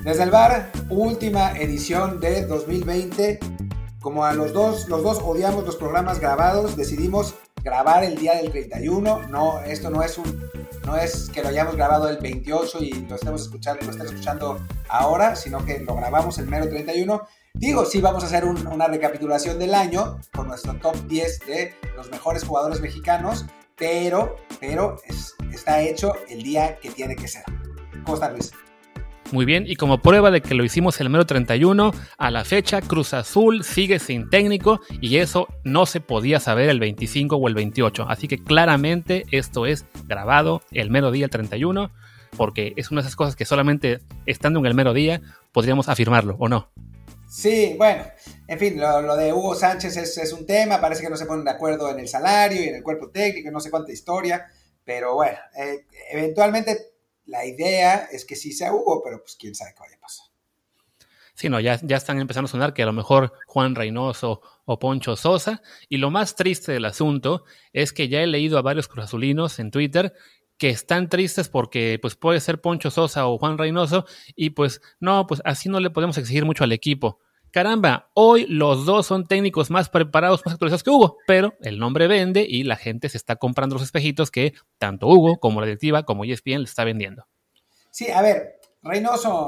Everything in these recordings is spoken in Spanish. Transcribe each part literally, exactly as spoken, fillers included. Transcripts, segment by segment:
Desde el bar, última edición de dos mil veinte. Como a los dos, los dos odiamos los programas grabados, decidimos grabar el día del treinta y uno. No, esto no es un, no es que lo hayamos grabado el veintiocho y lo estemos escuchando, lo estén escuchando ahora, sino que lo grabamos el mero treinta y uno. Digo, sí, vamos a hacer un, una recapitulación del año con nuestro top diez de los mejores jugadores mexicanos, pero, pero es, está hecho el día que tiene que ser. ¿Cómo estás, Luis? Muy bien, y como prueba de que lo hicimos el mero treinta y uno, a la fecha Cruz Azul sigue sin técnico y eso no se podía saber el veinticinco o el veintiocho. Así que claramente esto es grabado el mero día, el treinta y uno, porque es una de esas cosas que solamente estando en el mero día podríamos afirmarlo, ¿o no? Sí, bueno, en fin, lo, lo de Hugo Sánchez es, es un tema, parece que no se ponen de acuerdo en el salario y en el cuerpo técnico, no sé cuánta historia, pero bueno, eh, eventualmente la idea es que sí sea Hugo, pero pues quién sabe qué vaya a pasar. Sí, no, ya, ya están empezando a sonar que a lo mejor Juan Reynoso o Poncho Sosa, y lo más triste del asunto es que ya he leído a varios cruzazulinos en Twitter que están tristes porque pues puede ser Poncho Sosa o Juan Reynoso y pues no, pues así no le podemos exigir mucho al equipo. Caramba, hoy los dos son técnicos más preparados, más actualizados que Hugo, pero el nombre vende y la gente se está comprando los espejitos que tanto Hugo como la directiva como E S P N le está vendiendo. Sí, a ver, Reynoso,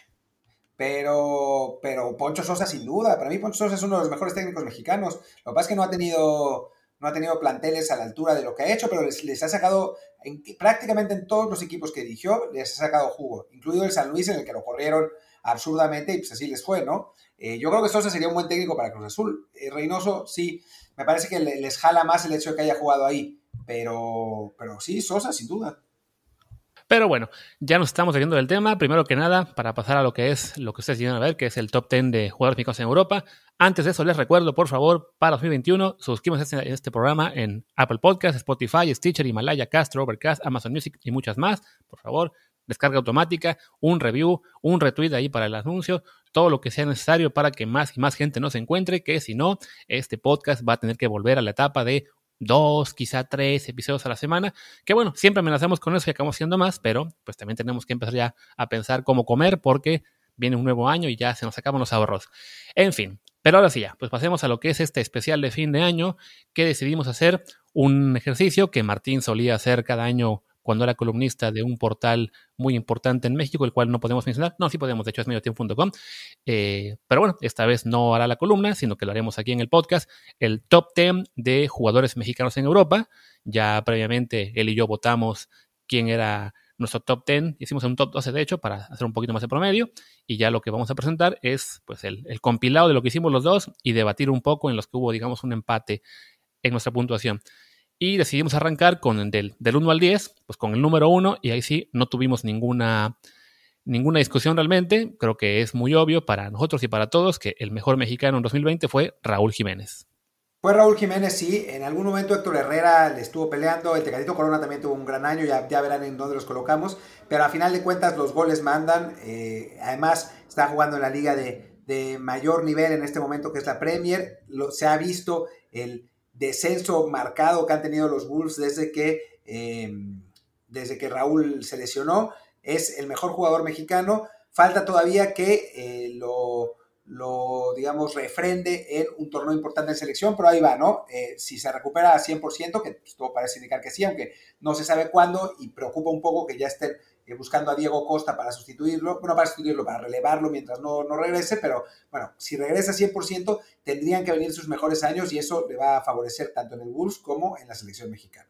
pero, pero Poncho Sosa sin duda, para mí Poncho Sosa es uno de los mejores técnicos mexicanos. Lo que pasa es que no ha tenido, no ha tenido planteles a la altura de lo que ha hecho, pero les, les ha sacado, en, prácticamente en todos los equipos que dirigió, les ha sacado jugo, incluido el San Luis en el que lo corrieron absurdamente y pues así les fue, ¿no? Eh, yo creo que Sosa sería un buen técnico para Cruz Azul. Eh, Reynoso, sí, me parece que le, les jala más el hecho de que haya jugado ahí, pero, pero sí, Sosa, sin duda. Pero bueno, ya nos estamos saliendo del tema. Primero que nada, para pasar a lo que es lo que ustedes llegan a ver, que es el top diez de jugadores mexicanos en Europa. Antes de eso, les recuerdo, por favor, para dos mil veintiuno, suscríbanse a este, este programa en Apple Podcasts, Spotify, Stitcher, Himalaya, Castro, Overcast, Amazon Music y muchas más. Por favor, descarga automática, un review, un retweet ahí para el anuncio, todo lo que sea necesario para que más y más gente nos encuentre, que si no, este podcast va a tener que volver a la etapa de dos, quizá tres episodios a la semana, que bueno, siempre amenazamos con eso y acabamos siendo más, pero pues también tenemos que empezar ya a pensar cómo comer porque viene un nuevo año y ya se nos acaban los ahorros. En fin, pero ahora sí ya, pues pasemos a lo que es este especial de fin de año, que decidimos hacer un ejercicio que Martín solía hacer cada año cuando era columnista de un portal muy importante en México, el cual no podemos mencionar. No, sí podemos, de hecho es mediotiempo punto com. Eh, pero bueno, esta vez no hará la columna, sino que lo haremos aquí en el podcast. El top diez de jugadores mexicanos en Europa. Ya previamente él y yo votamos quién era nuestro top diez. Hicimos un top doce, de hecho, para hacer un poquito más de promedio. Y ya lo que vamos a presentar es pues el, el compilado de lo que hicimos los dos y debatir un poco en los que hubo, digamos, un empate en nuestra puntuación. Y decidimos arrancar con del, del uno al diez, pues con el número uno, y ahí sí no tuvimos ninguna, ninguna discusión realmente. Creo que es muy obvio para nosotros y para todos que el mejor mexicano en dos mil veinte fue Raúl Jiménez. Fue Raúl Jiménez, sí. En algún momento Héctor Herrera le estuvo peleando. El Tecatito Corona también tuvo un gran año. Ya, ya verán en dónde los colocamos. Pero a final de cuentas los goles mandan. Eh, además está jugando en la liga de, de mayor nivel en este momento, que es la Premier. Lo, se ha visto el descenso marcado que han tenido los Wolves desde que, eh, desde que Raúl se lesionó. Es el mejor jugador mexicano. Falta todavía que eh, lo, lo, digamos, refrende en un torneo importante en selección, pero ahí va, ¿no? Eh, si se recupera a cien por ciento, que pues, todo parece indicar que sí, aunque no se sabe cuándo, y preocupa un poco que ya estén eh, buscando a Diego Costa para sustituirlo, bueno, para sustituirlo, para relevarlo mientras no, no regrese, pero bueno, si regresa a cien por ciento, tendrían que venir sus mejores años y eso le va a favorecer tanto en el Wolves como en la selección mexicana.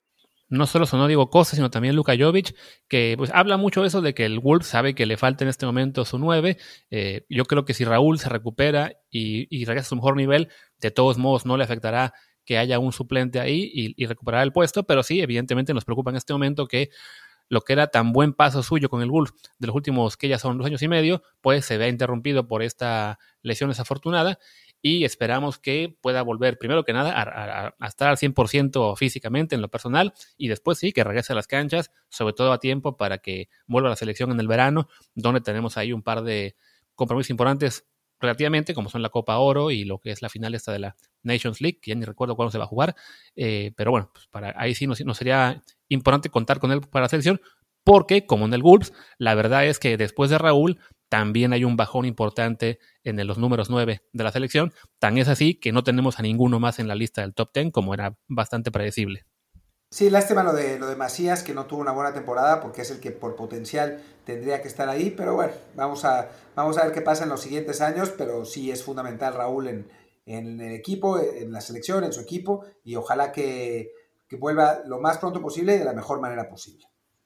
No solo sonó Diego Costa, sino también Luka Jovic, que pues habla mucho de eso de que el Wolves sabe que le falta en este momento su nueve. Eh, yo creo que si Raúl se recupera y, y regresa a su mejor nivel, de todos modos no le afectará que haya un suplente ahí y, y recuperará el puesto, pero sí, evidentemente nos preocupa en este momento que lo que era tan buen paso suyo con el Wolves de los últimos, que ya son dos años y medio, pues se vea interrumpido por esta lesión desafortunada. Y esperamos que pueda volver, primero que nada, a, a, a estar al cien por ciento físicamente en lo personal y después sí, que regrese a las canchas, sobre todo a tiempo para que vuelva a la selección en el verano, donde tenemos ahí un par de compromisos importantes relativamente, como son la Copa Oro y lo que es la final esta de la Nations League, que ya ni recuerdo cuándo se va a jugar, eh, pero bueno, pues para ahí sí nos, nos sería importante contar con él para la selección, porque como en el Wolves, la verdad es que después de Raúl también hay un bajón importante en los números nueve de la selección. Tan es así que no tenemos a ninguno más en la lista del top diez, como era bastante predecible. Sí, lástima lo de, lo de Macías, que no tuvo una buena temporada, porque es el que por potencial tendría que estar ahí, pero bueno, vamos a, vamos a ver qué pasa en los siguientes años, pero sí es fundamental Raúl en, en el equipo, en la selección, en su equipo, y ojalá que, que vuelva lo más pronto posible y de la mejor manera posible.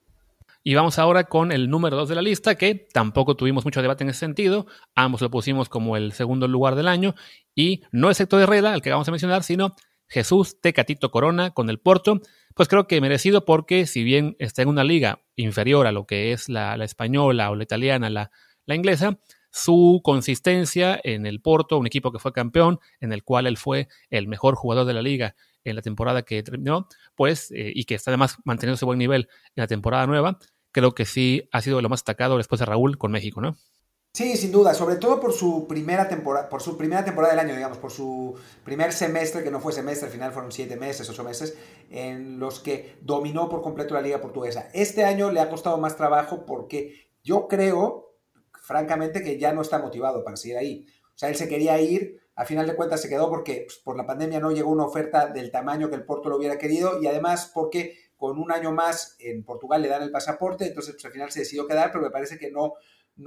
Y vamos ahora con el número dos de la lista, que tampoco tuvimos mucho debate en ese sentido. Ambos lo pusimos como el segundo lugar del año. Y no es Héctor Herrera, el que vamos a mencionar, sino Jesús Tecatito Corona con el Porto. Pues creo que merecido porque si bien está en una liga inferior a lo que es la, la española o la italiana, la, la inglesa, su consistencia en el Porto, un equipo que fue campeón, en el cual él fue el mejor jugador de la liga en la temporada que terminó, pues, eh, y que está además manteniendo ese buen nivel en la temporada nueva, creo que sí ha sido lo más destacado después de Raúl con México, ¿no? Sí, sin duda, sobre todo por su primera temporada, por su primera temporada del año, digamos, por su primer semestre, que no fue semestre, al final fueron siete meses, ocho meses, en los que dominó por completo la liga portuguesa. Este año le ha costado más trabajo porque yo creo, francamente, que ya no está motivado para seguir ahí. O sea, él se quería ir, a final de cuentas se quedó porque pues, por la pandemia no llegó una oferta del tamaño que el Porto lo hubiera querido y además porque con un año más en Portugal le dan el pasaporte, entonces pues, al final se decidió quedar, pero me parece que no,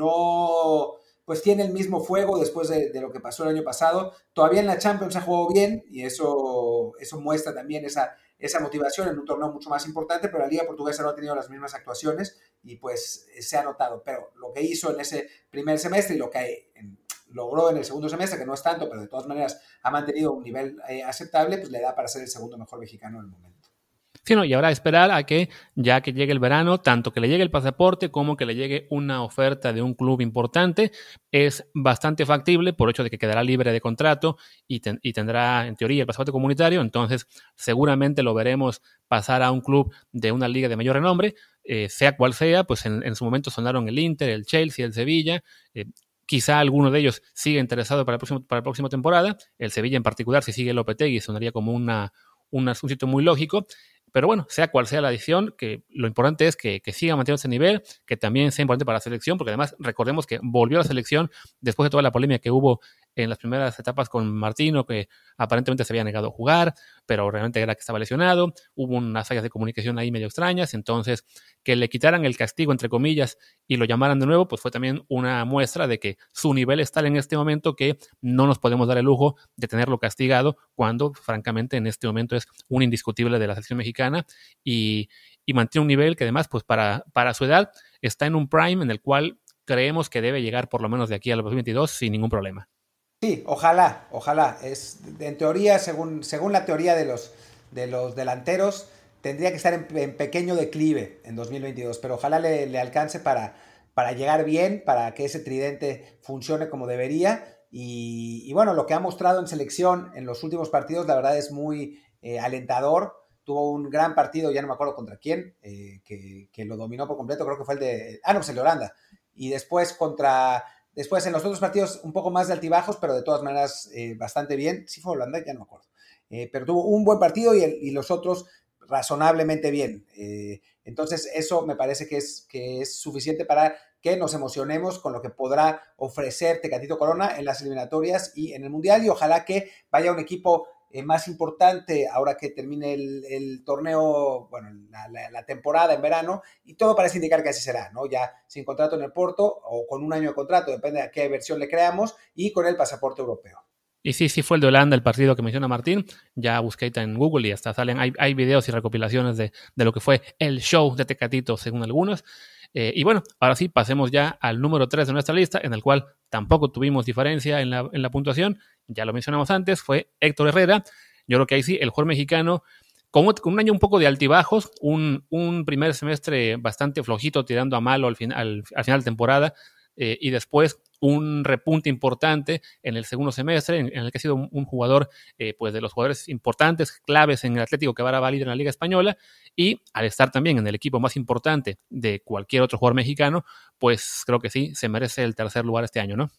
no pues tiene el mismo fuego después de, de lo que pasó el año pasado. Todavía en la Champions ha jugado bien y eso, eso muestra también esa, esa motivación en un torneo mucho más importante, pero la Liga Portuguesa no ha tenido las mismas actuaciones y pues se ha notado. Pero lo que hizo en ese primer semestre y lo que en, logró en el segundo semestre, que no es tanto, pero de todas maneras ha mantenido un nivel eh, aceptable, pues le da para ser el segundo mejor mexicano en el momento. Sí, no, y ahora esperar a que ya que llegue el verano, tanto que le llegue el pasaporte como que le llegue una oferta de un club importante, es bastante factible por hecho de que quedará libre de contrato y, ten, y tendrá en teoría el pasaporte comunitario, entonces seguramente lo veremos pasar a un club de una liga de mayor renombre, eh, sea cual sea, pues en, en su momento sonaron el Inter, el Chelsea, el Sevilla, eh, quizá alguno de ellos siga interesado para, el próximo, para la próxima temporada, el Sevilla en particular, si sigue Lopetegui, sonaría como una, una, un sitio muy lógico. Pero bueno, sea cual sea la adición, que lo importante es que, que siga manteniendo ese nivel, que también sea importante para la selección, porque además recordemos que volvió a la selección después de toda la polémica que hubo en las primeras etapas con Martino, que aparentemente se había negado a jugar, pero realmente era que estaba lesionado, hubo unas fallas de comunicación ahí medio extrañas, entonces que le quitaran el castigo, entre comillas, y lo llamaran de nuevo, pues fue también una muestra de que su nivel es tal en este momento que no nos podemos dar el lujo de tenerlo castigado, cuando francamente en este momento es un indiscutible de la selección mexicana y, y mantiene un nivel que además pues para, para su edad está en un prime en el cual creemos que debe llegar por lo menos de aquí al dos mil veintidós sin ningún problema. Sí, ojalá, ojalá. Es, en teoría, según, según la teoría de los, de los delanteros, tendría que estar en, en pequeño declive en dos mil veintidós, pero ojalá le, le alcance para, para llegar bien, para que ese tridente funcione como debería. Y, y bueno, lo que ha mostrado en selección en los últimos partidos, la verdad es muy eh, alentador. Tuvo un gran partido, ya no me acuerdo contra quién, eh, que, que lo dominó por completo, creo que fue el de... Ah, no, pues el de Holanda. Y después contra... Después en los otros partidos un poco más de altibajos, pero de todas maneras eh, bastante bien. Sí fue Holanda, ya no me acuerdo. Eh, pero tuvo un buen partido y, el, y los otros razonablemente bien. Eh, entonces eso me parece que es, que es suficiente para que nos emocionemos con lo que podrá ofrecer Tecatito Corona en las eliminatorias y en el Mundial. Y ojalá que vaya un equipo eh, más importante ahora que termine el, el torneo, bueno, la, la, la temporada en verano, y todo parece indicar que así será, ¿no? Ya sin contrato en el Porto o con un año de contrato, depende de qué versión le creamos, y con el pasaporte europeo. Y sí, sí fue el de Holanda el partido que menciona Martín. Ya busqué en Google y hasta salen, hay, hay videos y recopilaciones de, de lo que fue el show de Tecatito, según algunos. Eh, y bueno, ahora sí, pasemos ya al número tres de nuestra lista, en el cual tampoco tuvimos diferencia en la, en la puntuación. Ya lo mencionamos antes, fue Héctor Herrera. Yo creo que ahí sí, el jugador mexicano, con, con un año un poco de altibajos, un, un primer semestre bastante flojito, tirando a malo al, fin, al, al final de temporada, eh, y después un repunte importante en el segundo semestre, en, en el que ha sido un, un jugador eh, pues de los jugadores importantes, claves en el Atlético, que ahora va a líder en la Liga Española, y al estar también en el equipo más importante de cualquier otro jugador mexicano, pues creo que sí, se merece el tercer lugar este año, ¿no?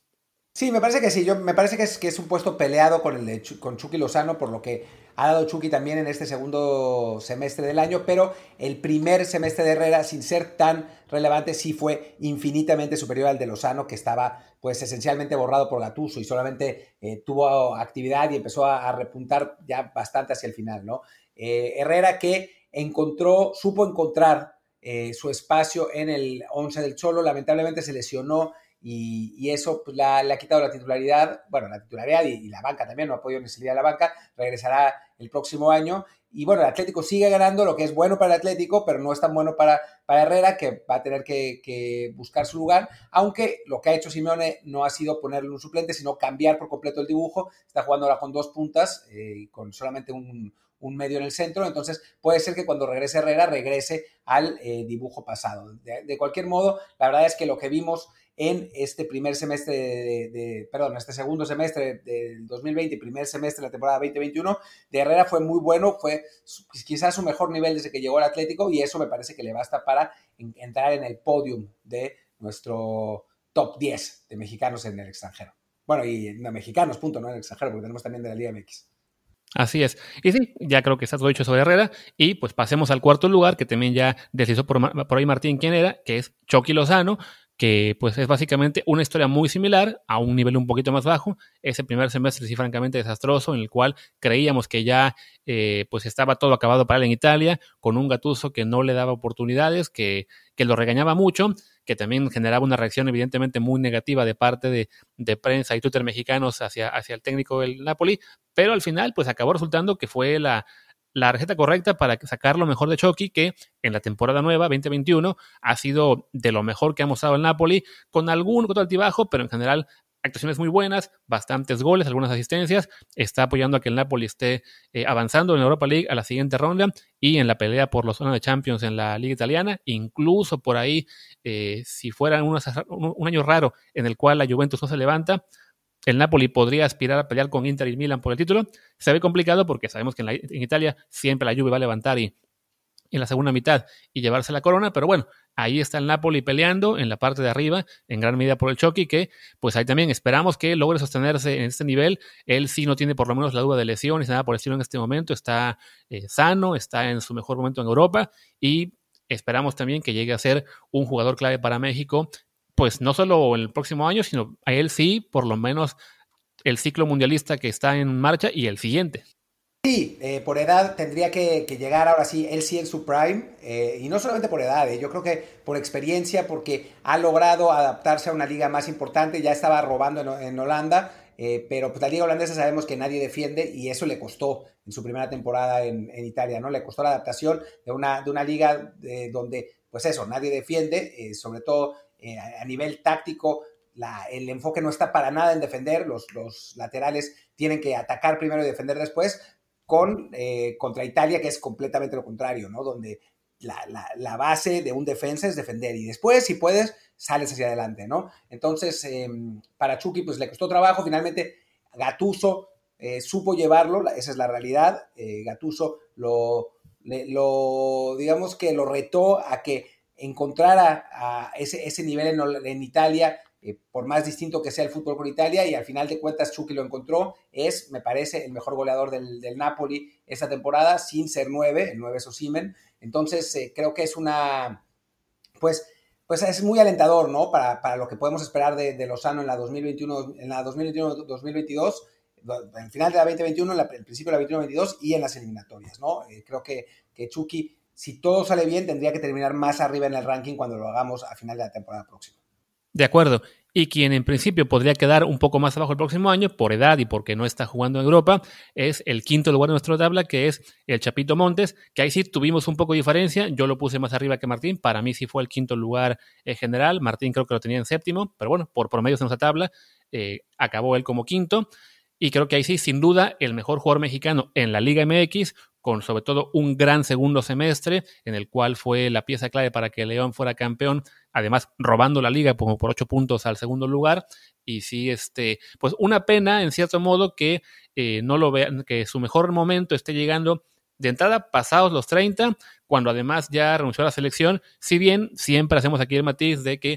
Sí, me parece que sí. Yo, me parece que es, que es un puesto peleado con, el de Chu- con Chucky Lozano, por lo que ha dado Chucky también en este segundo semestre del año, pero el primer semestre de Herrera, sin ser tan relevante, sí fue infinitamente superior al de Lozano, que estaba pues esencialmente borrado por Gattuso y solamente eh, tuvo actividad y empezó a, a repuntar ya bastante hacia el final, ¿no? Eh, Herrera que encontró, supo encontrar eh, su espacio en el once del Cholo, lamentablemente se lesionó y, y eso pues, la, le ha quitado la titularidad, bueno, la titularidad y, y la banca también, no ha podido ni salir a la banca, regresará el próximo año. Y bueno, el Atlético sigue ganando, lo que es bueno para el Atlético, pero no es tan bueno para, para Herrera, que va a tener que, que buscar su lugar, aunque lo que ha hecho Simeone no ha sido ponerle un suplente, sino cambiar por completo el dibujo. Está jugando ahora con dos puntas, eh, con solamente un, un medio en el centro, entonces puede ser que cuando regrese Herrera regrese al eh, dibujo pasado. De, de cualquier modo, la verdad es que lo que vimos en este primer semestre, de, de, perdón, este segundo semestre del dos mil veinte y primer semestre de la temporada veinte veintiuno, de Herrera fue muy bueno, fue quizás su mejor nivel desde que llegó al Atlético y eso me parece que le basta para en, entrar en el podium de nuestro top diez de mexicanos en el extranjero. Bueno, y no mexicanos, punto, no en el extranjero, porque tenemos también de la Liga M X. Así es. Y sí, ya creo que está todo dicho sobre Herrera. Y pues pasemos al cuarto lugar, que también ya deslizó por, por ahí Martín quién era, que es Chucky Lozano, que pues es básicamente una historia muy similar, a un nivel un poquito más bajo. Ese primer semestre sí francamente desastroso, en el cual creíamos que ya eh, pues estaba todo acabado para él en Italia, con un Gattuso que no le daba oportunidades, que, que lo regañaba mucho, que también generaba una reacción evidentemente muy negativa de parte de, de prensa y Twitter mexicanos hacia, hacia el técnico del Napoli, pero al final pues acabó resultando que fue la, la receta correcta para sacar lo mejor de Chucky, que en la temporada nueva, veinte veintiuno, ha sido de lo mejor que ha mostrado el Napoli, con algún otro altibajo, pero en general actuaciones muy buenas, bastantes goles, algunas asistencias, está apoyando a que el Napoli esté eh, avanzando en la Europa League a la siguiente ronda y en la pelea por los zonas de Champions en la Liga Italiana, incluso por ahí, eh, si fuera un, un año raro en el cual la Juventus no se levanta, el Napoli podría aspirar a pelear con Inter y Milan por el título. Se ve complicado porque sabemos que en, la, en Italia siempre la Juve va a levantar y en la segunda mitad y llevarse la corona, pero bueno, ahí está el Napoli peleando en la parte de arriba, en gran medida por el Chucky, que pues ahí también esperamos que logre sostenerse en este nivel. Él sí no tiene por lo menos la duda de lesiones, nada por el estilo en este momento, está eh, sano, está en su mejor momento en Europa y esperamos también que llegue a ser un jugador clave para México, pues no solo en el próximo año, sino a él sí, por lo menos el ciclo mundialista que está en marcha y el siguiente. Sí, eh, por edad tendría que, que, llegar ahora sí, él sí en su prime, eh, y no solamente por edad, eh, yo creo que por experiencia, porque ha logrado adaptarse a una liga más importante, ya estaba robando en, en Holanda, eh, pero pues la liga holandesa sabemos que nadie defiende y eso le costó en su primera temporada en, en Italia, ¿no? Le costó la adaptación de una, de una liga eh, donde, pues eso, nadie defiende, eh, sobre todo eh, a, a nivel táctico, la, el enfoque no está para nada en defender, los, los laterales tienen que atacar primero y defender después, con, eh, contra Italia, que es completamente lo contrario, ¿no? Donde la, la, la, base de un defensa es defender y después, si puedes, sales hacia adelante, ¿no? Entonces, eh, para Chucky, pues le costó trabajo, finalmente Gattuso eh, supo llevarlo, esa es la realidad, eh, Gattuso lo, le, lo, digamos que lo retó a que encontrara a ese, ese nivel en, en Italia, Eh, por más distinto que sea el fútbol con Italia, y al final de cuentas Chucky lo encontró, es, me parece, el mejor goleador del, del Napoli esta temporada, sin ser nueve, el nueve es Osimhen, entonces eh, creo que es una, pues, pues es muy alentador, ¿no? Para, para lo que podemos esperar de, de Lozano en la dos mil veintiuno, en la dos mil veintiuno dos mil veintidós, en el final de la veinte veintiuno, en la, el principio de la veintiuno veintidós y en las eliminatorias, ¿no? Eh, creo que, que Chucky, si todo sale bien, tendría que terminar más arriba en el ranking cuando lo hagamos a final de la temporada próxima. De acuerdo. Y quien en principio podría quedar un poco más abajo el próximo año, por edad y porque no está jugando en Europa, es el quinto lugar de nuestra tabla, que es el Chapito Montes, que ahí sí tuvimos un poco de diferencia. Yo lo puse más arriba que Martín. Para mí sí fue el quinto lugar en general. Martín creo que lo tenía en séptimo, pero bueno, por promedios de nuestra tabla, eh, acabó él como quinto. Y creo que ahí sí, sin duda, el mejor jugador mexicano en la Liga M X, con sobre todo un gran segundo semestre, en el cual fue la pieza clave para que León fuera campeón, además robando la liga como por ocho puntos al segundo lugar. Y sí, este, pues una pena, en cierto modo, que eh, no lo vean, que su mejor momento esté llegando de entrada pasados los treinta, cuando además ya renunció a la selección, si bien siempre hacemos aquí el matiz de que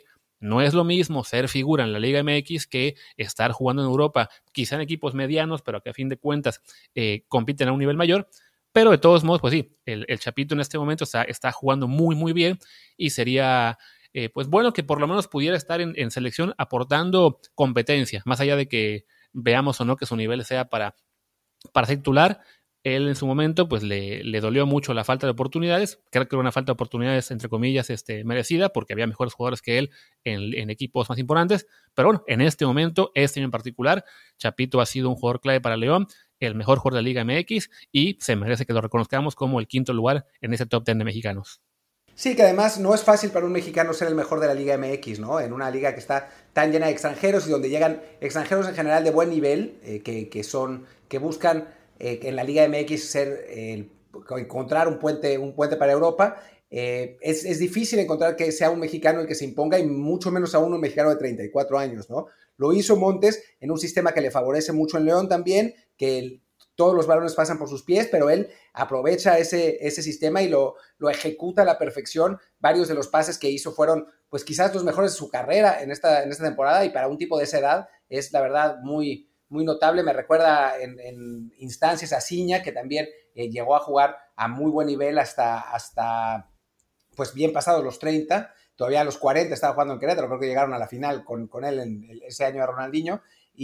no es lo mismo ser figura en la Liga M X que estar jugando en Europa, quizá en equipos medianos, pero que a fin de cuentas eh, compiten a un nivel mayor. Pero de todos modos, pues sí, el, el Chapito en este momento está, está jugando muy, muy bien y sería eh, pues bueno que por lo menos pudiera estar en, en selección aportando competencia, más allá de que veamos o no que su nivel sea para, para ser titular. Él en su momento pues le, le dolió mucho la falta de oportunidades, creo que era una falta de oportunidades entre comillas este, merecida porque había mejores jugadores que él en, en equipos más importantes, pero bueno, en este momento, este año en particular, Chapito ha sido un jugador clave para León, el mejor jugador de la Liga M X y se merece que lo reconozcamos como el quinto lugar en ese top ten de mexicanos. Sí, que además no es fácil para un mexicano ser el mejor de la Liga M X, ¿no? En una liga que está tan llena de extranjeros y donde llegan extranjeros en general de buen nivel, eh, que, que son, que buscan eh, en la Liga M X ser, eh, encontrar un puente, un puente para Europa. Eh, es, es difícil encontrar que sea un mexicano el que se imponga y mucho menos aún un mexicano de treinta y cuatro años, ¿no? Lo hizo Montes en un sistema que le favorece mucho en León también, que el, todos los balones pasan por sus pies, pero él aprovecha ese, ese sistema y lo, lo ejecuta a la perfección. Varios de los pases que hizo fueron, pues quizás los mejores de su carrera en esta, en esta temporada y para un tipo de esa edad es la verdad muy, muy notable. Me recuerda en, en instancias a Ciña, que también eh, llegó a jugar a muy buen nivel hasta, hasta pues bien pasados los treinta, todavía a los cuarenta estaba jugando en Querétaro, creo que llegaron a la final con, con él en el, ese año de Ronaldinho,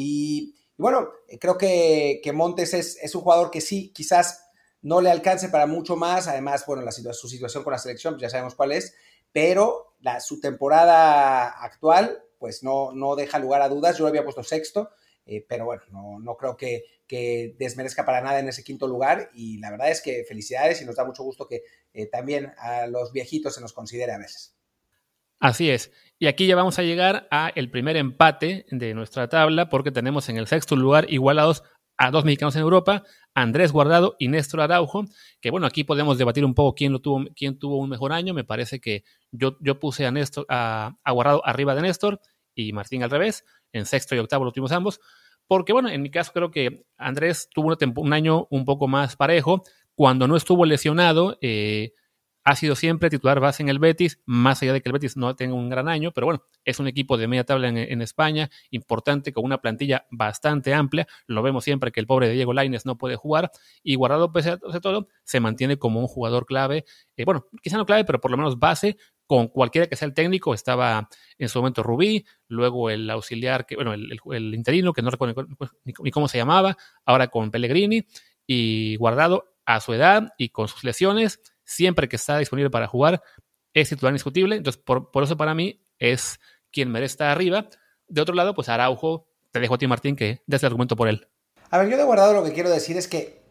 y, y bueno, creo que, que Montes es, es un jugador que sí, quizás no le alcance para mucho más, además, bueno, la, su situación con la selección, pues ya sabemos cuál es, pero la, su temporada actual, pues no, no deja lugar a dudas. Yo lo había puesto sexto, eh, pero bueno, no, no creo que, que desmerezca para nada en ese quinto lugar, y la verdad es que felicidades y nos da mucho gusto que eh, también a los viejitos se nos considere a veces. Así es. Y aquí ya vamos a llegar a el primer empate de nuestra tabla, porque tenemos en el sexto lugar igualados a dos mexicanos en Europa, Andrés Guardado y Néstor Araujo, que bueno, aquí podemos debatir un poco quién lo tuvo, quién tuvo un mejor año. Me parece que yo, yo puse a Néstor, a, a Guardado arriba de Néstor y Martín al revés, en sexto y octavo lo tuvimos ambos, porque bueno, en mi caso creo que Andrés tuvo un, un año un poco más parejo. Cuando no estuvo lesionado, eh, ha sido siempre titular base en el Betis, más allá de que el Betis no tenga un gran año, pero bueno, es un equipo de media tabla en, en España, importante, con una plantilla bastante amplia. Lo vemos siempre que el pobre de Diego Lainez no puede jugar, y Guardado, pese a todo, se mantiene como un jugador clave, eh, bueno, quizá no clave, pero por lo menos base, con cualquiera que sea el técnico. Estaba en su momento Rubí, luego el auxiliar, que bueno, el, el, el interino, que no recuerdo ni, ni cómo se llamaba, ahora con Pellegrini, y Guardado a su edad y con sus lesiones, siempre que está disponible para jugar, es titular indiscutible. Entonces, por, por eso para mí es quien merece estar arriba. De otro lado, pues Araujo, te dejo a ti, Martín, que des el argumento por él. A ver, yo de Guardado lo que quiero decir es que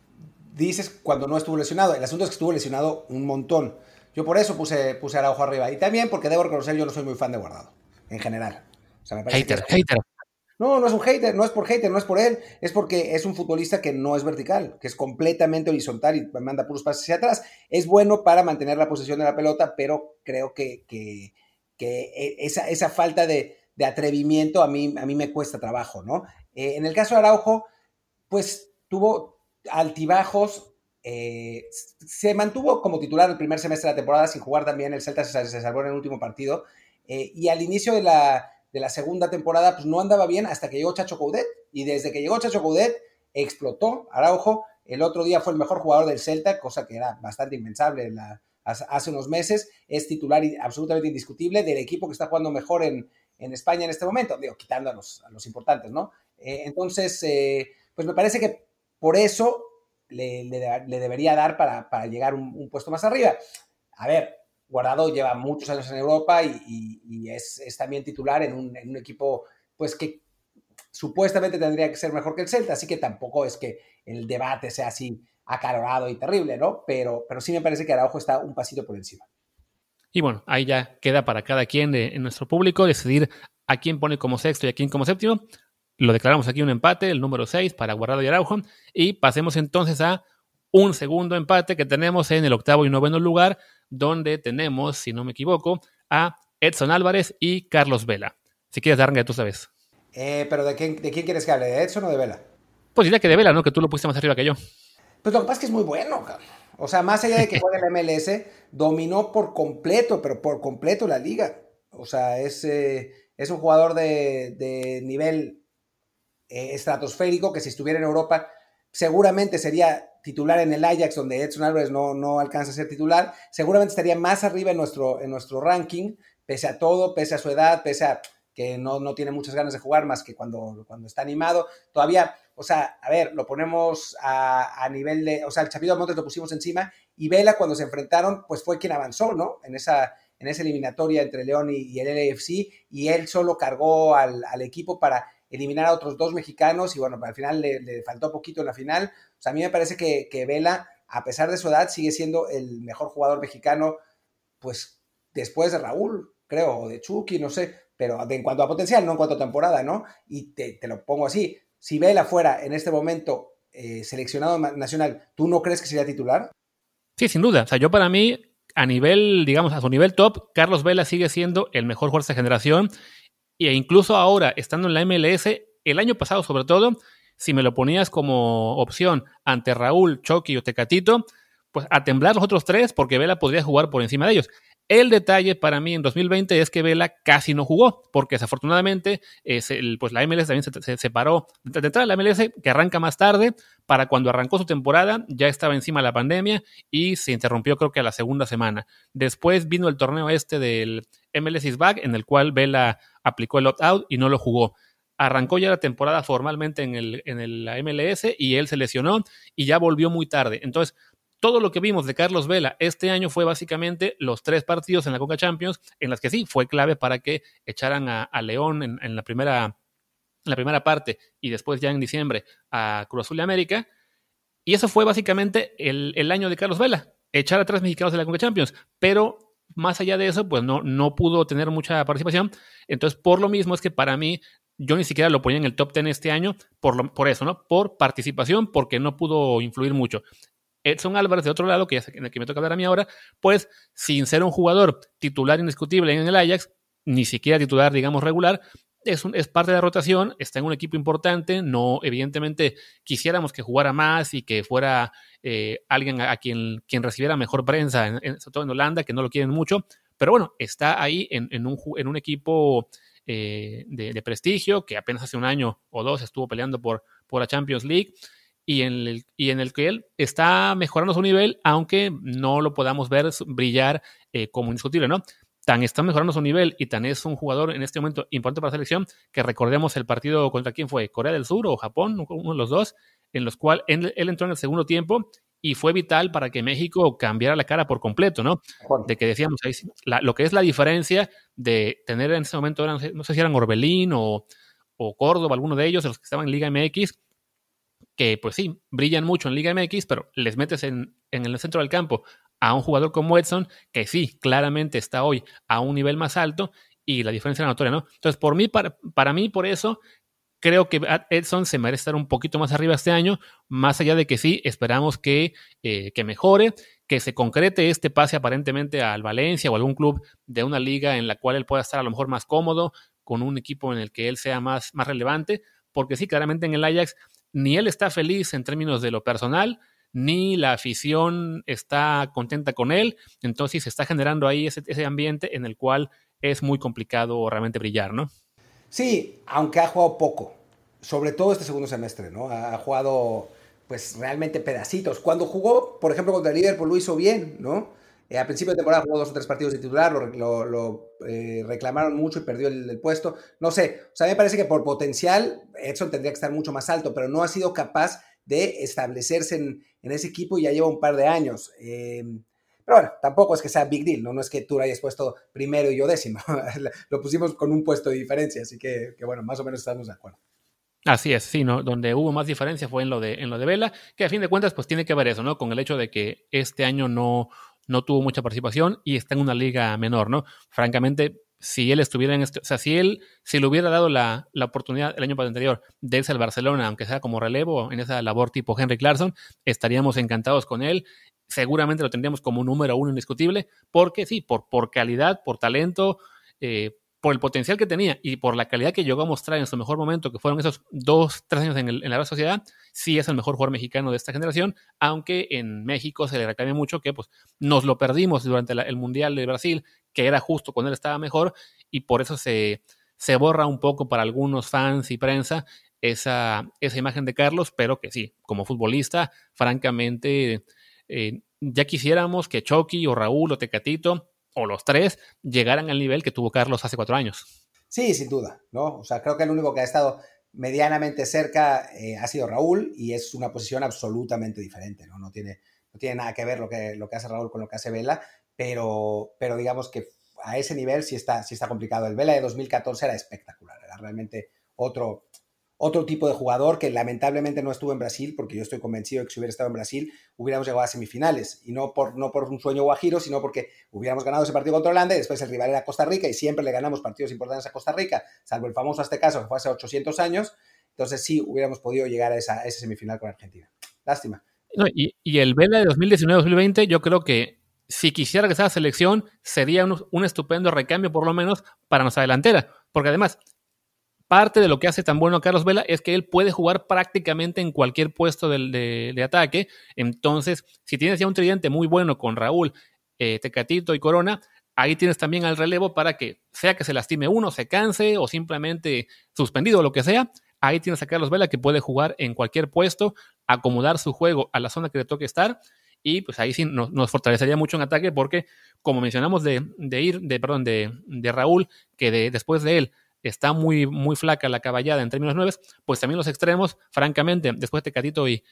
dices cuando no estuvo lesionado. El asunto es que estuvo lesionado un montón. Yo por eso puse, puse a Araujo arriba. Y también porque debo reconocer, yo no soy muy fan de Guardado, en general. O sea, me parece hater, que es... hater. No, no es un hater, no es por hater, no es por él, es porque es un futbolista que no es vertical, que es completamente horizontal y manda puros pases hacia atrás. Es bueno para mantener la posesión de la pelota, pero creo que, que, que esa, esa falta de, de atrevimiento a mí, a mí me cuesta trabajo, ¿no? Eh, en el caso de Araujo, pues tuvo altibajos, eh, se mantuvo como titular el primer semestre de la temporada sin jugar también, el Celta se, se salvó en el último partido, eh, y al inicio de la... de la segunda temporada, pues no andaba bien hasta que llegó Chacho Coudet, y desde que llegó Chacho Coudet explotó Araujo. El otro día fue el mejor jugador del Celta, cosa que era bastante impensable la, hace unos meses. Es titular absolutamente indiscutible del equipo que está jugando mejor en, en España en este momento, digo, quitando a los, a los importantes, ¿no? Eh, entonces, eh, pues me parece que por eso le, le, le debería dar para, para llegar un, un puesto más arriba. A ver, Guardado lleva muchos años en Europa y, y, y es, es también titular en un, en un equipo pues que supuestamente tendría que ser mejor que el Celta, así que tampoco es que el debate sea así acalorado y terrible, ¿no? Pero, pero sí me parece que Araujo está un pasito por encima. Y bueno, ahí ya queda para cada quien de en nuestro público decidir a quién pone como sexto y a quién como séptimo. Lo declaramos aquí un empate, el número seis para Guardado y Araujo, y pasemos entonces a un segundo empate que tenemos en el octavo y noveno lugar, donde tenemos, si no me equivoco, a Edson Álvarez y Carlos Vela. Si quieres, Daranga, tú sabes. Eh, ¿Pero de quién, de quién quieres que hable? ¿De Edson o de Vela? Pues diría que de Vela, ¿no? Que tú lo pusiste más arriba que yo. Pues lo que pasa es que es muy bueno, cabrón. O sea, más allá de que juegue en la M L S, dominó por completo, pero por completo la liga. O sea, es, eh, es un jugador de, de nivel eh, estratosférico que si estuviera en Europa seguramente sería titular en el Ajax, donde Edson Álvarez no, no alcanza a ser titular. Seguramente estaría más arriba en nuestro, en nuestro ranking, pese a todo, pese a su edad, pese a que no, no tiene muchas ganas de jugar más que cuando, cuando está animado. Todavía, o sea, a ver, lo ponemos a, a nivel de, o sea, el Chapito Montes lo pusimos encima y Vela cuando se enfrentaron, pues fue quien avanzó, ¿no? En esa, en esa eliminatoria entre León y, y el L A F C, y él solo cargó al, al equipo para eliminar a otros dos mexicanos y bueno, al final le, le faltó poquito en la final. O sea, a mí me parece que, que Vela, a pesar de su edad, sigue siendo el mejor jugador mexicano, pues después de Raúl, creo, o de Chucky, no sé, pero de, en cuanto a potencial, no en cuanto a temporada, ¿no? Y te, te lo pongo así, si Vela fuera en este momento eh, seleccionado nacional, ¿tú no crees que sería titular? Sí, sin duda. O sea, yo para mí, a nivel, digamos, a su nivel top, Carlos Vela sigue siendo el mejor jugador de esta generación. E incluso ahora, estando en la M L S, el año pasado sobre todo, si me lo ponías como opción ante Raúl, Chucky o Tecatito, pues a temblar los otros tres porque Vela podría jugar por encima de ellos. El detalle para mí en dos mil veinte es que Vela casi no jugó, porque desafortunadamente es el, pues la M L S también se, se separó. De entrada la M L S, que arranca más tarde, para cuando arrancó su temporada ya estaba encima la pandemia y se interrumpió creo que a la segunda semana. Después vino el torneo este del M L S is Back, en el cual Vela aplicó el opt-out y no lo jugó. Arrancó ya la temporada formalmente en, el, en el, la M L S y él se lesionó y ya volvió muy tarde. Entonces, todo lo que vimos de Carlos Vela este año fue básicamente los tres partidos en la Conca Champions, en las que sí fue clave para que echaran a, a León en, en, la primera, en la primera parte y después ya en diciembre a Cruz Azul y América. Y eso fue básicamente el, el año de Carlos Vela, echar a tres mexicanos en la Conca Champions. Pero más allá de eso, pues no, no pudo tener mucha participación. Entonces, por lo mismo es que para mí, yo ni siquiera lo ponía en el top diez este año, por, lo, por eso, ¿no? Por participación, porque no pudo influir mucho. Edson Álvarez, de otro lado, que, ya, en el que me toca hablar a mí ahora, pues sin ser un jugador titular indiscutible en el Ajax, ni siquiera titular, digamos, regular, es, un, es parte de la rotación, está en un equipo importante, no, evidentemente quisiéramos que jugara más y que fuera eh, alguien a, a quien, quien recibiera mejor prensa, en, en, sobre todo en Holanda, que no lo quieren mucho, pero bueno, está ahí en, en, un, en un equipo eh, de, de prestigio, que apenas hace un año o dos estuvo peleando por, por la Champions League, Y en, el, y en el que él está mejorando su nivel, aunque no lo podamos ver brillar eh, como indiscutible, ¿no? Tan está mejorando su nivel y tan es un jugador en este momento importante para la selección, que recordemos el partido contra quién fue, Corea del Sur o Japón, uno de los dos, en los cuales él, él entró en el segundo tiempo y fue vital para que México cambiara la cara por completo, ¿no? Juan. De que decíamos, ahí, la, lo que es la diferencia de tener en ese momento, eran, no sé si eran Orbelín o, o Córdoba, alguno de ellos, de los que estaban en Liga M X, que pues sí, brillan mucho en Liga M X, pero les metes en, en el centro del campo a un jugador como Edson, que sí, claramente está hoy a un nivel más alto y la diferencia es notoria, ¿no? Entonces, por mí, para, para mí, por eso, creo que Edson se merece estar un poquito más arriba este año, más allá de que sí, esperamos que, eh, que mejore, que se concrete este pase aparentemente al Valencia o algún club de una liga en la cual él pueda estar a lo mejor más cómodo, con un equipo en el que él sea más, más relevante, porque sí, claramente en el Ajax ni él está feliz en términos de lo personal, ni la afición está contenta con él, entonces se está generando ahí ese, ese ambiente en el cual es muy complicado realmente brillar, ¿no? Sí, aunque ha jugado poco, sobre todo este segundo semestre, ¿no? Ha, ha jugado, pues, realmente pedacitos. Cuando jugó, por ejemplo, contra el Liverpool lo hizo bien, ¿no? Eh, al principio de temporada jugó dos o tres partidos de titular, lo, lo, lo eh, reclamaron mucho y perdió el, el puesto. No sé, o sea, me parece que por potencial Edson tendría que estar mucho más alto, pero no ha sido capaz de establecerse en, en ese equipo y ya lleva un par de años. Eh, pero bueno, tampoco es que sea big deal, ¿no? No es que tú lo hayas puesto primero y yo décimo. Lo pusimos con un puesto de diferencia, así que, que bueno, más o menos estamos de acuerdo. Así es, sí, ¿no? Donde hubo más diferencia fue en lo de en lo de Vela, que a fin de cuentas pues tiene que ver eso, ¿no? Con el hecho de que este año no, no tuvo mucha participación y está en una liga menor, ¿no? Francamente, si él estuviera en este, o sea, si él, si le hubiera dado la, la oportunidad el año anterior de irse al Barcelona, aunque sea como relevo en esa labor tipo Henrik Larsson, estaríamos encantados con él. Seguramente lo tendríamos como un número uno indiscutible, porque sí, por, por calidad, por talento, eh, por el potencial que tenía y por la calidad que llegó a mostrar en su mejor momento, que fueron esos dos, tres años en, el, en la Real Sociedad, sí es el mejor jugador mexicano de esta generación, aunque en México se le reclame mucho que pues, nos lo perdimos durante la, el Mundial de Brasil, que era justo cuando él estaba mejor, y por eso se, se borra un poco para algunos fans y prensa esa, esa imagen de Carlos, pero que sí, como futbolista, francamente, eh, ya quisiéramos que Chucky o Raúl o Tecatito o los tres llegaran al nivel que tuvo Carlos hace cuatro años. Sí, sin duda, ¿no? O sea, creo que el único que ha estado medianamente cerca eh, ha sido Raúl y es una posición absolutamente diferente, ¿no? No tiene, no tiene nada que ver lo que, lo que hace Raúl con lo que hace Vela, pero, pero digamos que a ese nivel sí está, sí está complicado. El Vela de dos mil catorce era espectacular, era realmente otro, otro tipo de jugador que lamentablemente no estuvo en Brasil, porque yo estoy convencido de que si hubiera estado en Brasil hubiéramos llegado a semifinales, y no por, no por un sueño guajiro, sino porque hubiéramos ganado ese partido contra Holanda y después el rival era Costa Rica y siempre le ganamos partidos importantes a Costa Rica, salvo el famoso Aztecaso que fue hace ochocientos años, entonces sí hubiéramos podido llegar a esa, a esa semifinal con Argentina. Lástima. No, y, y el Vela de dos mil diecinueve dos mil veinte, yo creo que si quisiera regresar a la selección, sería un, un estupendo recambio, por lo menos, para nuestra delantera. Porque además, parte de lo que hace tan bueno a Carlos Vela es que él puede jugar prácticamente en cualquier puesto de, de, de ataque. Entonces, si tienes ya un tridente muy bueno con Raúl, eh, Tecatito y Corona, ahí tienes también al relevo para que, sea que se lastime uno, se canse o simplemente suspendido o lo que sea, ahí tienes a Carlos Vela que puede jugar en cualquier puesto, acomodar su juego a la zona que le toque estar, y pues ahí sí nos, nos fortalecería mucho en ataque porque, como mencionamos de, de ir, de, perdón, de, de Raúl, que de, después de él está muy, muy flaca la caballada en términos nueves, pues también los extremos, francamente, después de Tecatito y,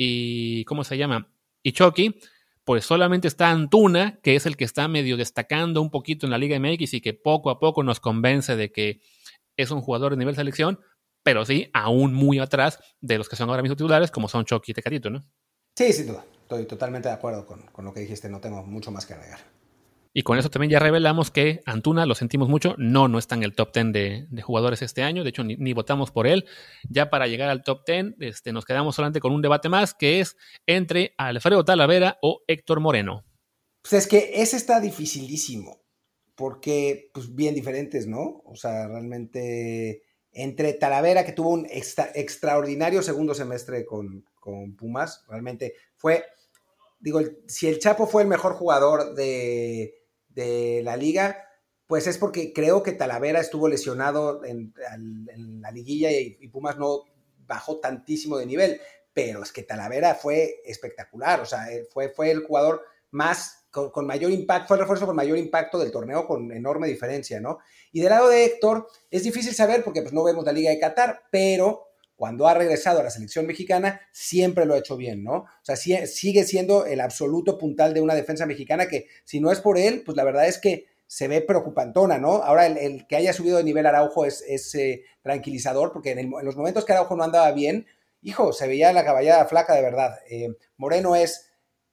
y ¿cómo se llama? Y Chucky, pues solamente está Antuna, que es el que está medio destacando un poquito en la Liga M X y que poco a poco nos convence de que es un jugador de nivel selección, pero sí, aún muy atrás de los que son ahora mismo titulares, como son Chucky y Tecatito, ¿no? Sí, sin duda. Estoy totalmente de acuerdo con, con lo que dijiste, no tengo mucho más que agregar. Y con eso también ya revelamos que Antuna, lo sentimos mucho, no, no está en el top diez de, de jugadores este año, de hecho ni, ni votamos por él. Ya para llegar al top diez, este, nos quedamos solamente con un debate más, que es entre Alfredo Talavera o Héctor Moreno. Pues es que ese está dificilísimo, porque pues bien diferentes, ¿no? O sea, realmente entre Talavera, que tuvo un extra, extraordinario segundo semestre con, con Pumas, realmente fue, digo, el, si el Chapo fue el mejor jugador de, de la liga, pues es porque creo que Talavera estuvo lesionado en, en la liguilla y, y Pumas no bajó tantísimo de nivel, pero es que Talavera fue espectacular, o sea, fue, fue el jugador más, con, con mayor impacto, fue el refuerzo con mayor impacto del torneo, con enorme diferencia, ¿no? Y del lado de Héctor, es difícil saber porque pues no vemos la Liga de Qatar, pero cuando ha regresado a la selección mexicana, siempre lo ha hecho bien, ¿no? O sea, sí, sigue siendo el absoluto puntal de una defensa mexicana que, si no es por él, pues la verdad es que se ve preocupantona, ¿no? Ahora, el, el que haya subido de nivel Araujo es, es eh, tranquilizador, porque en, el, en los momentos que Araujo no andaba bien, hijo, se veía la caballada flaca de verdad. Eh, Moreno es,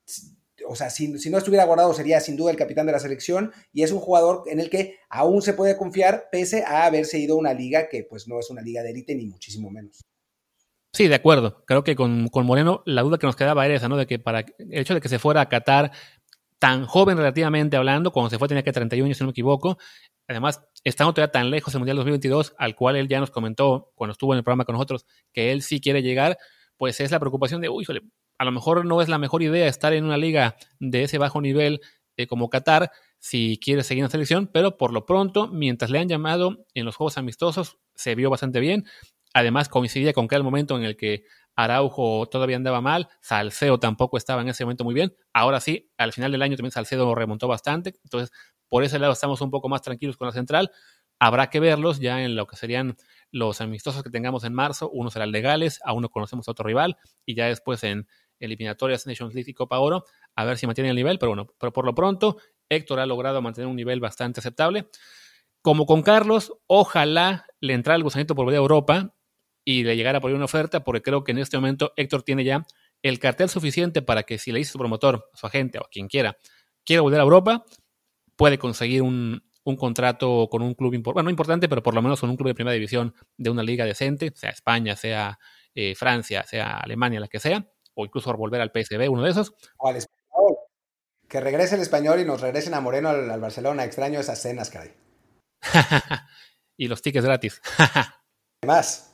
o sea, si, si no estuviera guardado sería sin duda el capitán de la selección, y es un jugador en el que aún se puede confiar, pese a haberse ido a una liga que pues no es una liga de élite, ni muchísimo menos. Sí, de acuerdo. Creo que con, con Moreno la duda que nos quedaba era esa, ¿no? De que para el hecho de que se fuera a Qatar tan joven relativamente hablando, cuando se fue tenía que treinta y uno años, si no me equivoco. Además, estando todavía tan lejos del Mundial dos mil veintidós, al cual él ya nos comentó cuando estuvo en el programa con nosotros, que él sí quiere llegar, pues es la preocupación de, uy, híjole, a lo mejor no es la mejor idea estar en una liga de ese bajo nivel eh, como Qatar si quiere seguir en la selección, pero por lo pronto, mientras le han llamado en los juegos amistosos, se vio bastante bien. Además, coincidía con que era el momento en el que Araujo todavía andaba mal, Salcedo tampoco estaba en ese momento muy bien. Ahora sí, al final del año también Salcedo remontó bastante. Entonces, por ese lado estamos un poco más tranquilos con la central. Habrá que verlos ya en lo que serían los amistosos que tengamos en marzo. Uno será el de Gales, aún no conocemos a otro rival, y ya después en eliminatorias Nations League y Copa Oro, a ver si mantiene el nivel. Pero bueno, pero por lo pronto, Héctor ha logrado mantener un nivel bastante aceptable. Como con Carlos, ojalá le entrara el gusanito por volver a Europa y le llegara por ahí una oferta, porque creo que en este momento Héctor tiene ya el cartel suficiente para que si le dice su promotor, su agente o quien quiera, quiere volver a Europa, puede conseguir un, un contrato con un club importante, bueno, no importante, pero por lo menos con un club de primera división de una liga decente, sea España, sea eh, Francia, sea Alemania, la que sea, o incluso volver al P S V, uno de esos. O al Español. Que regrese el Español y nos regresen a Moreno al, al Barcelona. Extraño esas cenas, caray. Y los tickets gratis. Más.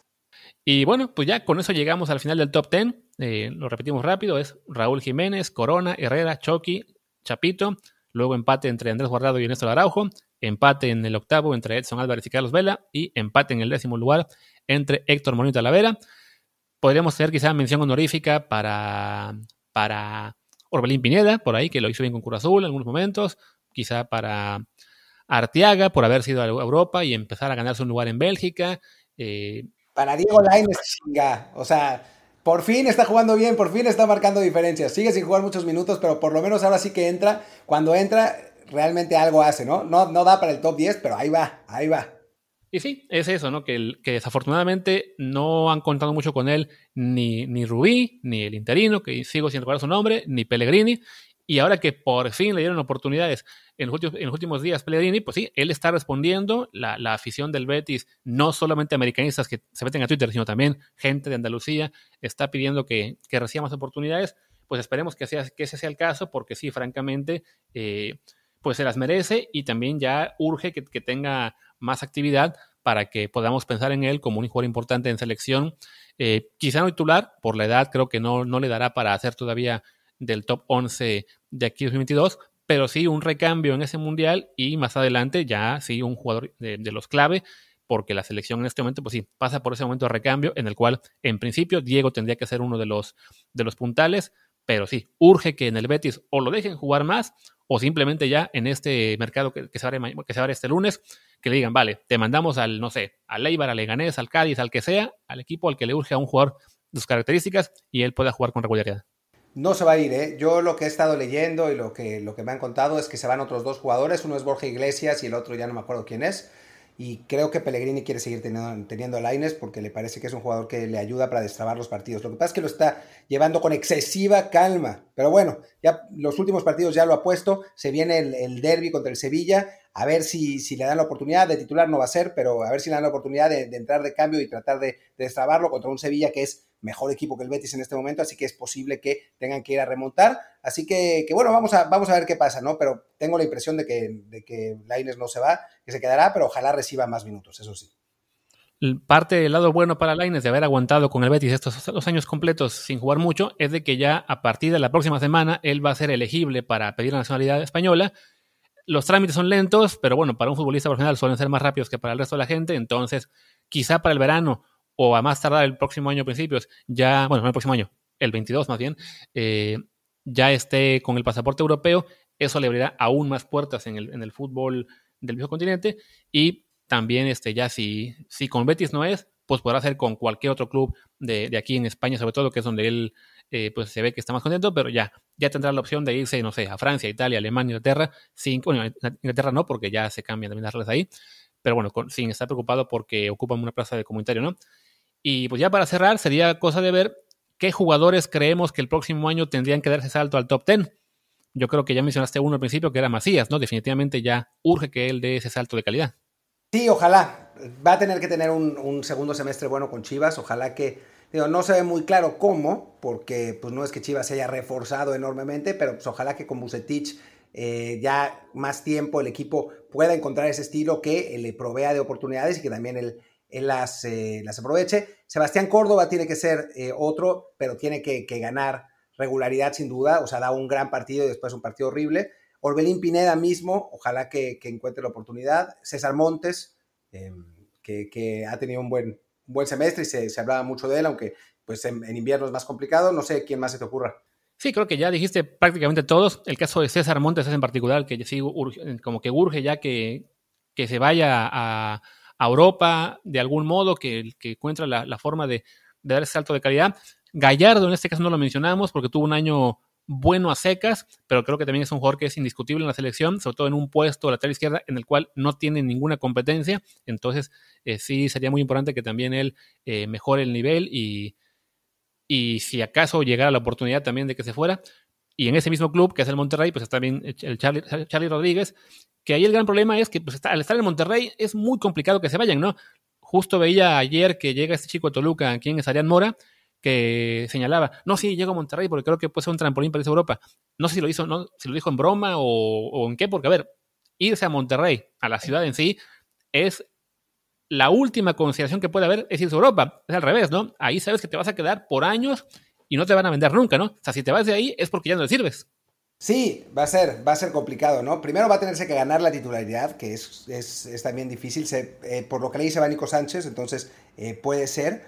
Y bueno, pues ya con eso llegamos al final del top diez. Eh, lo repetimos rápido. Es Raúl Jiménez, Corona, Herrera, Chucky, Chapito. Luego empate entre Andrés Guardado y Néstor Araujo. Empate en el octavo entre Edson Álvarez y Carlos Vela. Y empate en el décimo lugar entre Héctor Moreno y Talavera. Podríamos tener quizá mención honorífica para, para Orbelín Pineda, por ahí, que lo hizo bien con Cruz Azul en algunos momentos. Quizá para Arteaga, por haber sido a Europa y empezar a ganarse un lugar en Bélgica. Eh, Para Diego Lainez, chinga. O sea, por fin está jugando bien, por fin está marcando diferencias. Sigue sin jugar muchos minutos, pero por lo menos ahora sí que entra. Cuando entra, realmente algo hace, ¿no? No, no da para el top diez, pero ahí va, ahí va. Y sí, es eso, ¿no? Que, el, que desafortunadamente no han contado mucho con él ni, ni Rubí, ni el interino, que sigo sin recordar su nombre, ni Pellegrini. Y ahora que por fin le dieron oportunidades en los últimos, en los últimos días Pellegrini, pues sí, él está respondiendo. La, la afición del Betis, no solamente americanistas que se meten a Twitter, sino también gente de Andalucía, está pidiendo que, que reciba más oportunidades. Pues esperemos que, sea, que ese sea el caso, porque sí, francamente, eh, pues se las merece y también ya urge que, que tenga más actividad para que podamos pensar en él como un jugador importante en selección. Eh, quizá no titular, por la edad creo que no, no le dará para hacer todavía del top once de aquí dos mil veintidós, pero sí un recambio en ese mundial y más adelante ya sí un jugador de, de los clave, porque la selección en este momento pues sí pasa por ese momento de recambio en el cual en principio Diego tendría que ser uno de los, de los puntales, pero sí, urge que en el Betis o lo dejen jugar más o simplemente ya en este mercado que, que, se abre, que se abre este lunes, que le digan, vale, te mandamos al, no sé, al Eibar, al Leganés, al Cádiz, al que sea, al equipo al que le urge a un jugador de sus características y él pueda jugar con regularidad. No se va a ir, ¿eh? Yo lo que he estado leyendo y lo que, lo que me han contado es que se van otros dos jugadores. Uno es Borja Iglesias y el otro ya no me acuerdo quién es. Y creo que Pellegrini quiere seguir teniendo, teniendo a Lainez porque le parece que es un jugador que le ayuda para destrabar los partidos. Lo que pasa es que lo está llevando con excesiva calma. Pero bueno, ya los últimos partidos ya lo ha puesto. Se viene el, el derbi contra el Sevilla. A ver si, si le dan la oportunidad. De titular no va a ser, pero a ver si le dan la oportunidad de, de entrar de cambio y tratar de, de destrabarlo contra un Sevilla que es mejor equipo que el Betis en este momento, así que es posible que tengan que ir a remontar. Así que, que bueno, vamos a, vamos a ver qué pasa, ¿no? Pero tengo la impresión de que, de que Lainez no se va, que se quedará, pero ojalá reciba más minutos, eso sí. Parte del lado bueno para Lainez de haber aguantado con el Betis estos dos años completos sin jugar mucho es de que ya a partir de la próxima semana él va a ser elegible para pedir la nacionalidad española. Los trámites son lentos, pero bueno, para un futbolista profesional suelen ser más rápidos que para el resto de la gente, entonces quizá para el verano o a más tardar el próximo año a principios, ya, bueno, no el próximo año, el veintidós más bien, eh, ya esté con el pasaporte europeo, eso le abrirá aún más puertas en el, en el fútbol del viejo continente y también este, ya si, si con Betis no es, pues podrá hacer con cualquier otro club de, de aquí en España, sobre todo, que es donde él eh, pues se ve que está más contento, pero ya, ya tendrá la opción de irse, no sé, a Francia, Italia, Alemania, Inglaterra, sin, bueno, Inglaterra no, porque ya se cambian también las reglas ahí, pero bueno, con, sin estar preocupado porque ocupan una plaza de comunitario, ¿no? Y pues ya para cerrar, sería cosa de ver qué jugadores creemos que el próximo año tendrían que dar ese salto al top diez. Yo creo que ya mencionaste uno al principio, que era Macías, ¿no? Definitivamente ya urge que él dé ese salto de calidad. Sí, ojalá. Va a tener que tener un, un segundo semestre bueno con Chivas. Ojalá que, digo, no se ve muy claro cómo, porque pues no es que Chivas se haya reforzado enormemente, pero pues ojalá que con Vucetich eh, ya más tiempo el equipo pueda encontrar ese estilo que le provea de oportunidades y que también él, él las, eh, las aproveche. Sebastián Córdoba tiene que ser eh, otro, pero tiene que, que ganar regularidad sin duda. O sea, da un gran partido y después un partido horrible. Orbelín Pineda mismo, ojalá que, que encuentre la oportunidad. César Montes, eh, que, que ha tenido un buen, un buen semestre y se, se hablaba mucho de él, aunque pues en, en invierno es más complicado. No sé quién más se te ocurra. Sí, creo que ya dijiste prácticamente todos. El caso de César Montes es en particular, que sí urge, como que urge ya que, que se vaya a, a Europa de algún modo, que, que encuentra la, la forma de, de dar ese salto de calidad. Gallardo en este caso no lo mencionamos porque tuvo un año bueno a secas, pero creo que también es un jugador que es indiscutible en la selección, sobre todo en un puesto lateral izquierda en el cual no tiene ninguna competencia, entonces eh, sí sería muy importante que también él eh, mejore el nivel y, y si acaso llegara la oportunidad también de que se fuera, y en ese mismo club que es el Monterrey, pues está bien el Charlie, Charlie Rodríguez, que ahí el gran problema es que pues, está, al estar en Monterrey es muy complicado que se vayan, ¿no? Justo veía ayer que llega este chico de Toluca, quien es Arián Mora, que señalaba, no, sí, llego a Monterrey porque creo que puede ser un trampolín para irse a Europa. No sé si lo hizo, no, si lo dijo en broma o, o en qué, porque a ver, irse a Monterrey, a la ciudad en sí, es la última consideración que puede haber es irse a Europa. Es al revés, ¿no? Ahí sabes que te vas a quedar por años y no te van a vender nunca, ¿no? O sea, si te vas de ahí es porque ya no le sirves. Sí, va a ser, va a ser complicado, ¿no? Primero va a tenerse que ganar la titularidad, que es, es, es también difícil, se, eh, por lo que le dice va Nico Sánchez, entonces eh, puede ser,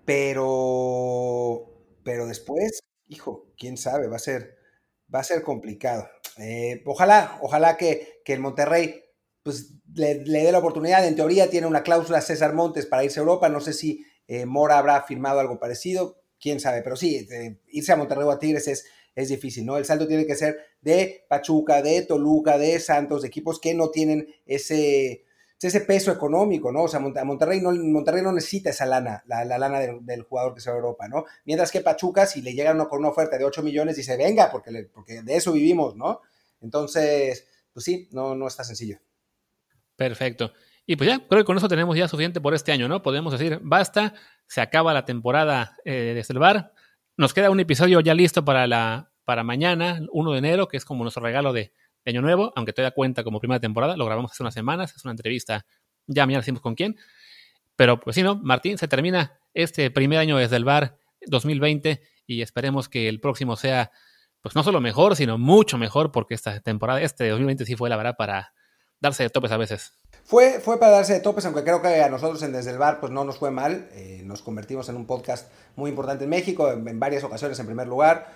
pero, pero después, hijo, quién sabe, va a ser, va a ser complicado. Eh, ojalá, ojalá que, que el Monterrey pues, le, le dé la oportunidad. En teoría tiene una cláusula César Montes para irse a Europa, no sé si eh, Mora habrá firmado algo parecido, quién sabe, pero sí, eh, irse a Monterrey o a Tigres es, es difícil, ¿no? El salto tiene que ser de Pachuca, de Toluca, de Santos, de equipos que no tienen ese, ese peso económico, ¿no? O sea, Monterrey no, Monterrey no necesita esa lana, la, la lana del, del jugador que se va a Europa, ¿no? Mientras que Pachuca, si le llegan con una oferta de ocho millones, dice, venga, porque, le, porque de eso vivimos, ¿no? Entonces, pues sí, no, no está sencillo. Perfecto. Y pues ya, creo que con eso tenemos ya suficiente por este año, ¿no? Podemos decir, basta, se acaba la temporada eh, desde el bar. Nos queda un episodio ya listo para, la, para mañana, uno de enero, que es como nuestro regalo de, de Año Nuevo, aunque todavía cuenta como primera temporada, lo grabamos hace unas semanas, es una entrevista, ya mañana decimos con quién. Pero pues sí, ¿no? Martín, se termina este primer año desde el bar dos mil veinte y esperemos que el próximo sea, pues no solo mejor, sino mucho mejor, porque esta temporada, este dos mil veinte sí fue la verdad para darse de topes a veces. Fue, fue para darse de topes, aunque creo que a nosotros en Desde el Bar pues no nos fue mal. Eh, nos convertimos en un podcast muy importante en México, en, en varias ocasiones en primer lugar.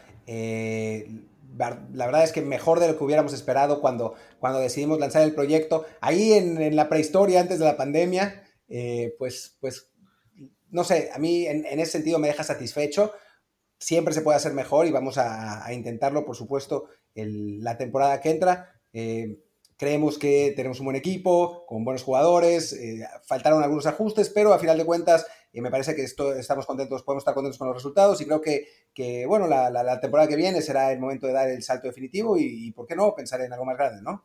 Eh, la verdad es que mejor de lo que hubiéramos esperado cuando, cuando decidimos lanzar el proyecto. Ahí en, en la prehistoria, antes de la pandemia, eh, pues, pues, no sé, a mí en, en ese sentido me deja satisfecho. Siempre se puede hacer mejor y vamos a, a intentarlo, por supuesto, el, la temporada que entra. Eh, Creemos que tenemos un buen equipo, con buenos jugadores, eh, faltaron algunos ajustes, pero a final de cuentas eh, me parece que esto, estamos contentos, podemos estar contentos con los resultados y creo que, que bueno, la, la, la temporada que viene será el momento de dar el salto definitivo y, y ¿por qué no? Pensar en algo más grande, ¿no?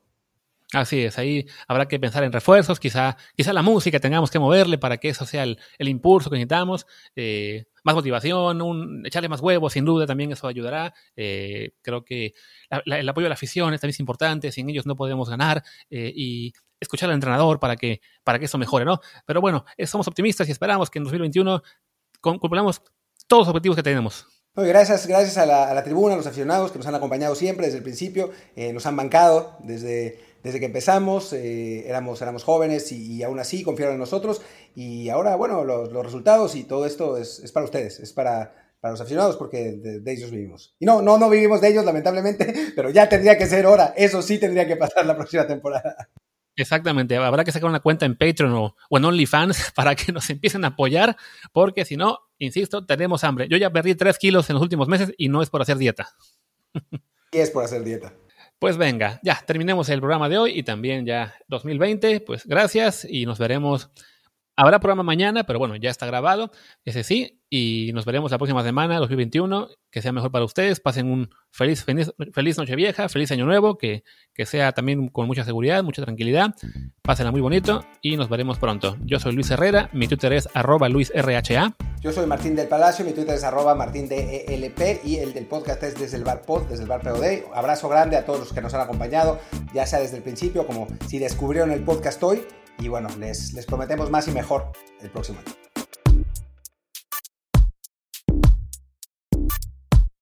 Así es, ahí habrá que pensar en refuerzos, quizá, quizá la música tengamos que moverle para que eso sea el, el impulso que necesitamos, eh, más motivación, un, echarle más huevos, sin duda también eso ayudará. Eh, creo que la, la, el apoyo de la afición también es importante, sin ellos no podemos ganar eh, y escuchar al entrenador para que, para que eso mejore, ¿no? Pero bueno, somos optimistas y esperamos que en dos mil veintiuno cumplamos todos los objetivos que tenemos. Muy gracias, gracias a la, a la tribuna, a los aficionados que nos han acompañado siempre desde el principio, eh, nos han bancado desde... Desde que empezamos, eh, éramos, éramos jóvenes y, y aún así confiaron en nosotros. Y ahora, bueno, los, los resultados y todo esto es, es para ustedes, es para, para los aficionados porque de, de ellos vivimos. Y no, no, no vivimos de ellos, lamentablemente, pero ya tendría que ser hora. Eso sí tendría que pasar la próxima temporada. Exactamente, habrá que sacar una cuenta en Patreon o, o en OnlyFans para que nos empiecen a apoyar, porque si no, insisto, tenemos hambre. Yo ya perdí tres kilos en los últimos meses y no es por hacer dieta. Y es por hacer dieta. Pues venga, ya terminemos el programa de hoy y también ya dos mil veinte. Pues gracias y nos veremos. Habrá programa mañana, pero bueno, ya está grabado, ese sí, y nos veremos la próxima semana, dos mil veintiuno, que sea mejor para ustedes, pasen un feliz, feliz, feliz Nochevieja, feliz Año Nuevo, que, que sea también con mucha seguridad, mucha tranquilidad, pásenla muy bonito y nos veremos pronto. Yo soy Luis Herrera, mi Twitter es arroba luisrha. Yo soy Martín del Palacio, mi Twitter es arroba martindelp y el del podcast es desde el bar pod, desde el bar P O D. Abrazo grande a todos los que nos han acompañado, ya sea desde el principio, como si descubrieron el podcast hoy. Y bueno, les, les prometemos más y mejor el próximo año.